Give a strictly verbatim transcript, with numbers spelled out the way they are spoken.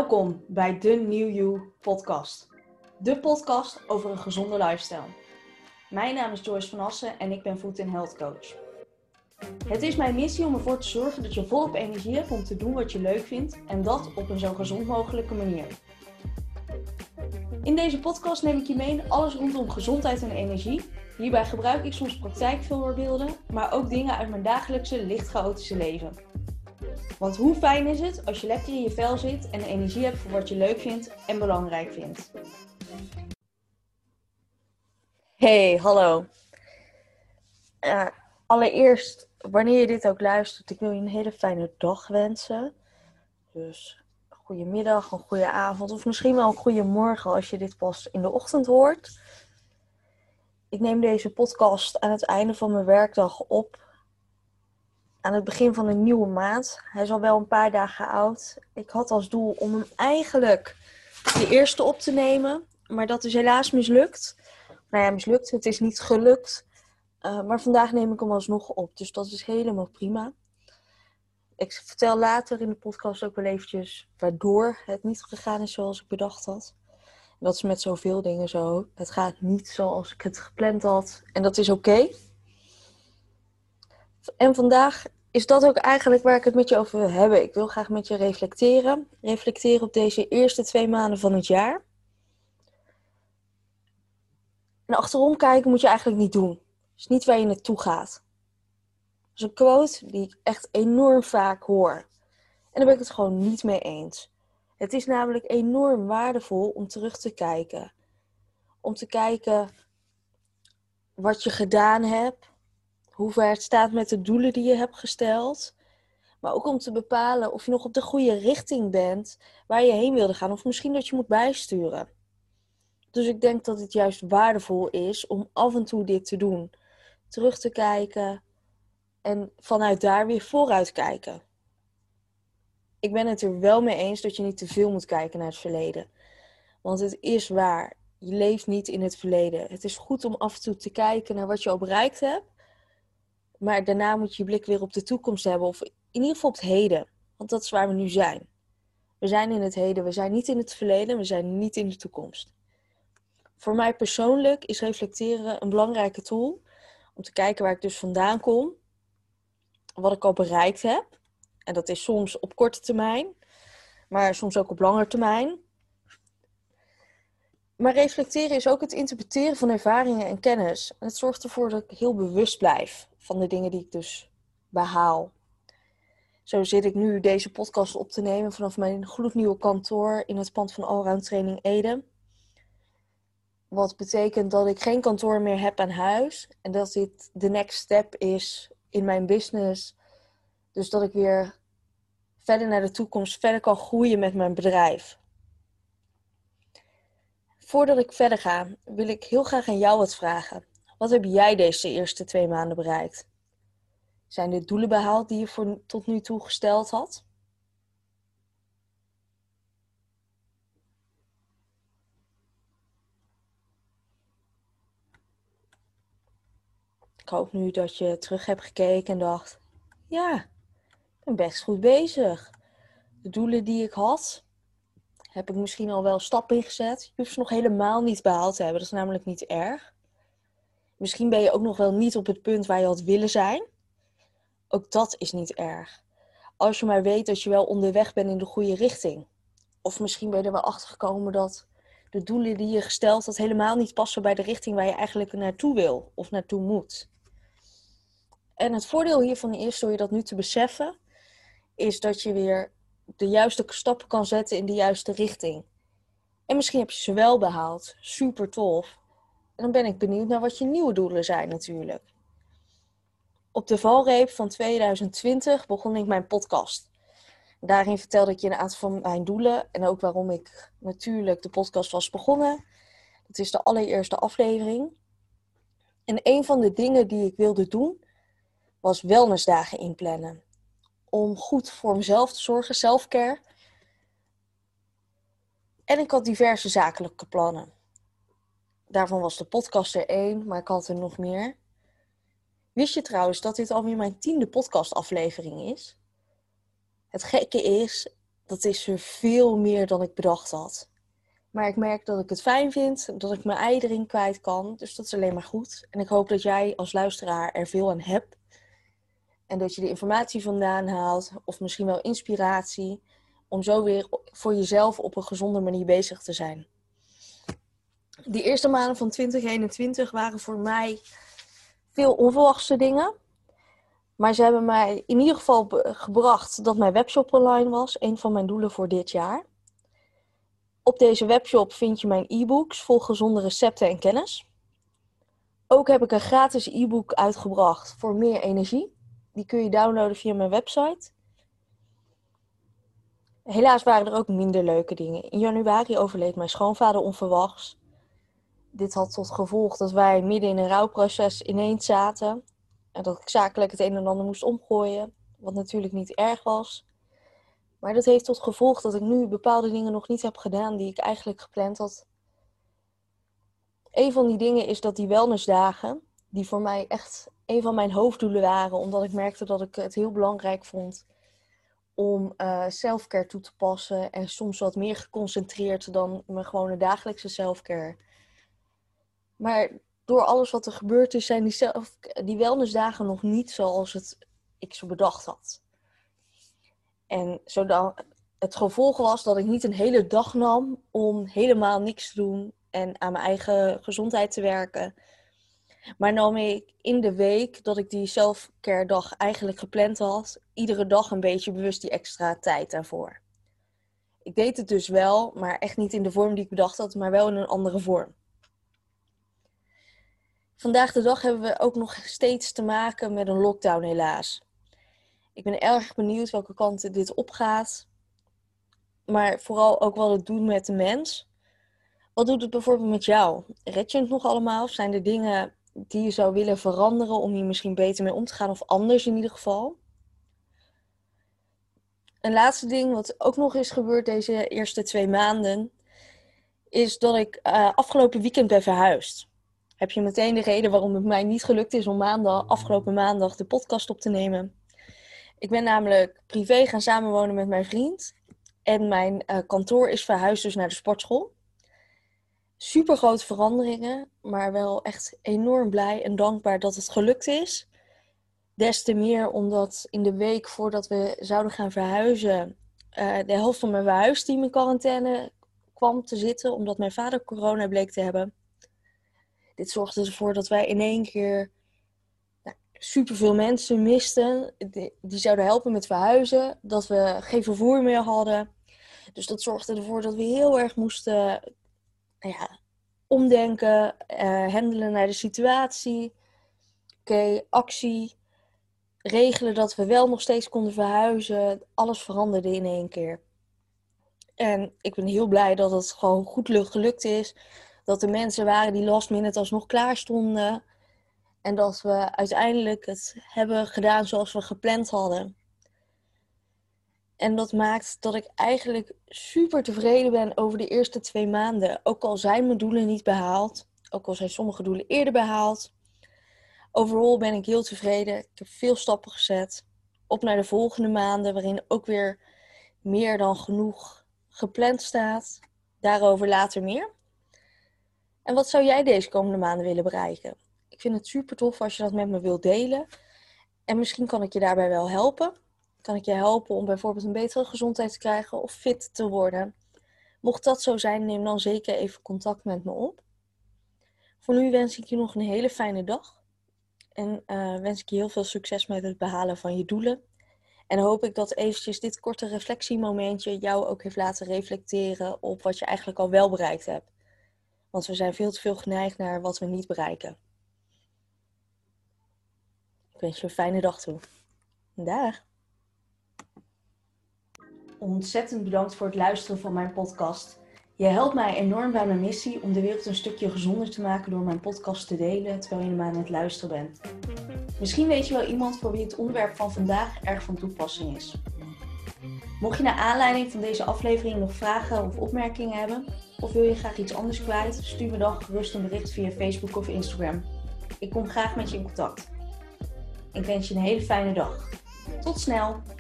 Welkom bij de New You podcast. De podcast over een gezonde lifestyle. Mijn naam is Joyce van Assen en ik ben Food and Health Coach. Het is mijn missie om ervoor te zorgen dat je volop energie hebt om te doen wat je leuk vindt en dat op een zo gezond mogelijke manier. In deze podcast neem ik je mee in alles rondom gezondheid en energie. Hierbij gebruik ik soms praktijkvoorbeelden, maar ook dingen uit mijn dagelijkse licht chaotische leven. Want hoe fijn is het als je lekker in je vel zit en energie hebt voor wat je leuk vindt en belangrijk vindt. Hey, hallo. Uh, allereerst, wanneer je dit ook luistert, ik wil je een hele fijne dag wensen. Dus een goede middag, een goede avond of misschien wel een goede morgen als je dit pas in de ochtend hoort. Ik neem deze podcast aan het einde van mijn werkdag op. Aan het begin van een nieuwe maand. Hij is al wel een paar dagen oud. Ik had als doel om hem eigenlijk de eerste op te nemen. Maar dat is helaas mislukt. Nou ja, mislukt. Het is niet gelukt. Uh, maar vandaag neem ik hem alsnog op. Dus dat is helemaal prima. Ik vertel later in de podcast ook wel eventjes waardoor het niet gegaan is zoals ik bedacht had. En dat is met zoveel dingen zo. Het gaat niet zoals ik het gepland had. En dat is oké. Okay. En vandaag is dat ook eigenlijk waar ik het met je over wil hebben. Ik wil graag met je reflecteren. Reflecteren op deze eerste twee maanden van het jaar. En achterom kijken moet je eigenlijk niet doen. Dat is niet waar je naartoe gaat. Dat is een quote die ik echt enorm vaak hoor. En daar ben ik het gewoon niet mee eens. Het is namelijk enorm waardevol om terug te kijken. Om te kijken wat je gedaan hebt. Hoe ver het staat met de doelen die je hebt gesteld. Maar ook om te bepalen of je nog op de goede richting bent waar je heen wilde gaan. Of misschien dat je moet bijsturen. Dus ik denk dat het juist waardevol is om af en toe dit te doen. Terug te kijken en vanuit daar weer vooruit kijken. Ik ben het er wel mee eens dat je niet te veel moet kijken naar het verleden. Want het is waar. Je leeft niet in het verleden. Het is goed om af en toe te kijken naar wat je al bereikt hebt. Maar daarna moet je je blik weer op de toekomst hebben. Of in ieder geval op het heden. Want dat is waar we nu zijn. We zijn in het heden. We zijn niet in het verleden. We zijn niet in de toekomst. Voor mij persoonlijk is reflecteren een belangrijke tool. Om te kijken waar ik dus vandaan kom. Wat ik al bereikt heb. En dat is soms op korte termijn. Maar soms ook op lange termijn. Maar reflecteren is ook het interpreteren van ervaringen en kennis. En het zorgt ervoor dat ik heel bewust blijf van de dingen die ik dus behaal. Zo zit ik nu deze podcast op te nemen vanaf mijn gloednieuwe kantoor in het pand van Allround Training Ede. Wat betekent dat ik geen kantoor meer heb aan huis. En dat dit de next step is in mijn business. Dus dat ik weer verder naar de toekomst verder kan groeien met mijn bedrijf. Voordat ik verder ga, wil ik heel graag aan jou wat vragen. Wat heb jij deze eerste twee maanden bereikt? Zijn de doelen behaald die je voor tot nu toe gesteld had? Ik hoop nu dat je terug hebt gekeken en dacht, ja, ik ben best goed bezig. De doelen die ik had, heb ik misschien al wel stappen ingezet. Je hoeft ze nog helemaal niet behaald te hebben, dat is namelijk niet erg. Misschien ben je ook nog wel niet op het punt waar je had willen zijn. Ook dat is niet erg. Als je maar weet dat je wel onderweg bent in de goede richting. Of misschien ben je er wel achter gekomen dat de doelen die je gesteld had helemaal niet passen bij de richting waar je eigenlijk naartoe wil of naartoe moet. En het voordeel hiervan is, door je dat nu te beseffen, is dat je weer de juiste stappen kan zetten in de juiste richting. En misschien heb je ze wel behaald. Super tof. En dan ben ik benieuwd naar wat je nieuwe doelen zijn natuurlijk. Op de valreep van tweeduizend twintig begon ik mijn podcast. Daarin vertelde ik je een aantal van mijn doelen en ook waarom ik natuurlijk de podcast was begonnen. Dat is de allereerste aflevering. En een van de dingen die ik wilde doen, was wellnessdagen inplannen. Om goed voor mezelf te zorgen, selfcare. En ik had diverse zakelijke plannen. Daarvan was de podcast er één, maar ik had er nog meer. Wist je trouwens dat dit alweer mijn tiende podcastaflevering is? Het gekke is, dat is er veel meer dan ik bedacht had. Maar ik merk dat ik het fijn vind, dat ik mijn ei erin kwijt kan. Dus dat is alleen maar goed. En ik hoop dat jij als luisteraar er veel aan hebt. En dat je de informatie vandaan haalt, of misschien wel inspiratie, om zo weer voor jezelf op een gezonde manier bezig te zijn. Die eerste maanden van twintig eenentwintig waren voor mij veel onverwachte dingen. Maar ze hebben mij in ieder geval gebracht dat mijn webshop online was. Een van mijn doelen voor dit jaar. Op deze webshop vind je mijn e-books vol gezonde recepten en kennis. Ook heb ik een gratis e-book uitgebracht voor meer energie. Die kun je downloaden via mijn website. Helaas waren er ook minder leuke dingen. In januari overleed mijn schoonvader onverwachts. Dit had tot gevolg dat wij midden in een rouwproces ineens zaten. En dat ik zakelijk het een en ander moest omgooien. Wat natuurlijk niet erg was. Maar dat heeft tot gevolg dat ik nu bepaalde dingen nog niet heb gedaan die ik eigenlijk gepland had. Een van die dingen is dat die wellnessdagen, die voor mij echt een van mijn hoofddoelen waren. Omdat ik merkte dat ik het heel belangrijk vond om uh, selfcare toe te passen. En soms wat meer geconcentreerd dan mijn gewone dagelijkse selfcare. Maar door alles wat er gebeurd is, zijn die, self, die wellnessdagen nog niet zoals het, ik ze bedacht had. En zodat het gevolg was dat ik niet een hele dag nam om helemaal niks te doen en aan mijn eigen gezondheid te werken. Maar nam ik in de week dat ik die selfcare dag eigenlijk gepland had, iedere dag een beetje bewust die extra tijd daarvoor. Ik deed het dus wel, maar echt niet in de vorm die ik bedacht had, maar wel in een andere vorm. Vandaag de dag hebben we ook nog steeds te maken met een lockdown helaas. Ik ben erg benieuwd welke kant dit opgaat. Maar vooral ook wat het doet met de mens. Wat doet het bijvoorbeeld met jou? Red je het nog allemaal? Of zijn er dingen die je zou willen veranderen om hier misschien beter mee om te gaan? Of anders in ieder geval? Een laatste ding wat ook nog is gebeurd deze eerste twee maanden. Is dat ik uh, afgelopen weekend ben verhuisd. Heb je meteen de reden waarom het mij niet gelukt is om maandag, afgelopen maandag de podcast op te nemen. Ik ben namelijk privé gaan samenwonen met mijn vriend. En mijn uh, kantoor is verhuisd dus naar de sportschool. Super grote veranderingen, maar wel echt enorm blij en dankbaar dat het gelukt is. Des te meer omdat in de week voordat we zouden gaan verhuizen, uh, de helft van mijn verhuisteam in quarantaine kwam te zitten, omdat mijn vader corona bleek te hebben. Dit zorgde ervoor dat wij in één keer nou, superveel mensen misten die, die zouden helpen met verhuizen, dat we geen vervoer meer hadden. Dus dat zorgde ervoor dat we heel erg moesten ja, omdenken, uh, handelen naar de situatie, okay, actie, regelen dat we wel nog steeds konden verhuizen. Alles veranderde in één keer. En ik ben heel blij dat het gewoon goed gelukt is. Dat er mensen waren die last minute alsnog klaar stonden. En dat we uiteindelijk het hebben gedaan zoals we gepland hadden. En dat maakt dat ik eigenlijk super tevreden ben over de eerste twee maanden. Ook al zijn mijn doelen niet behaald. Ook al zijn sommige doelen eerder behaald. Overal ben ik heel tevreden. Ik heb veel stappen gezet. Op naar de volgende maanden, waarin ook weer meer dan genoeg gepland staat. Daarover later meer. En wat zou jij deze komende maanden willen bereiken? Ik vind het super tof als je dat met me wilt delen. En misschien kan ik je daarbij wel helpen. Kan ik je helpen om bijvoorbeeld een betere gezondheid te krijgen of fit te worden. Mocht dat zo zijn, neem dan zeker even contact met me op. Voor nu wens ik je nog een hele fijne dag. En uh, wens ik je heel veel succes met het behalen van je doelen. En hoop ik dat eventjes dit korte reflectiemomentje jou ook heeft laten reflecteren op wat je eigenlijk al wel bereikt hebt. Want we zijn veel te veel geneigd naar wat we niet bereiken. Ik wens je een fijne dag toe. Dag. Ontzettend bedankt voor het luisteren van mijn podcast. Je helpt mij enorm bij mijn missie om de wereld een stukje gezonder te maken door mijn podcast te delen terwijl je maar aan het luisteren bent. Misschien weet je wel iemand voor wie het onderwerp van vandaag erg van toepassing is. Mocht je naar aanleiding van deze aflevering nog vragen of opmerkingen hebben, of wil je graag iets anders kwijt, stuur me dan gerust een bericht via Facebook of Instagram. Ik kom graag met je in contact. Ik wens je een hele fijne dag. Tot snel!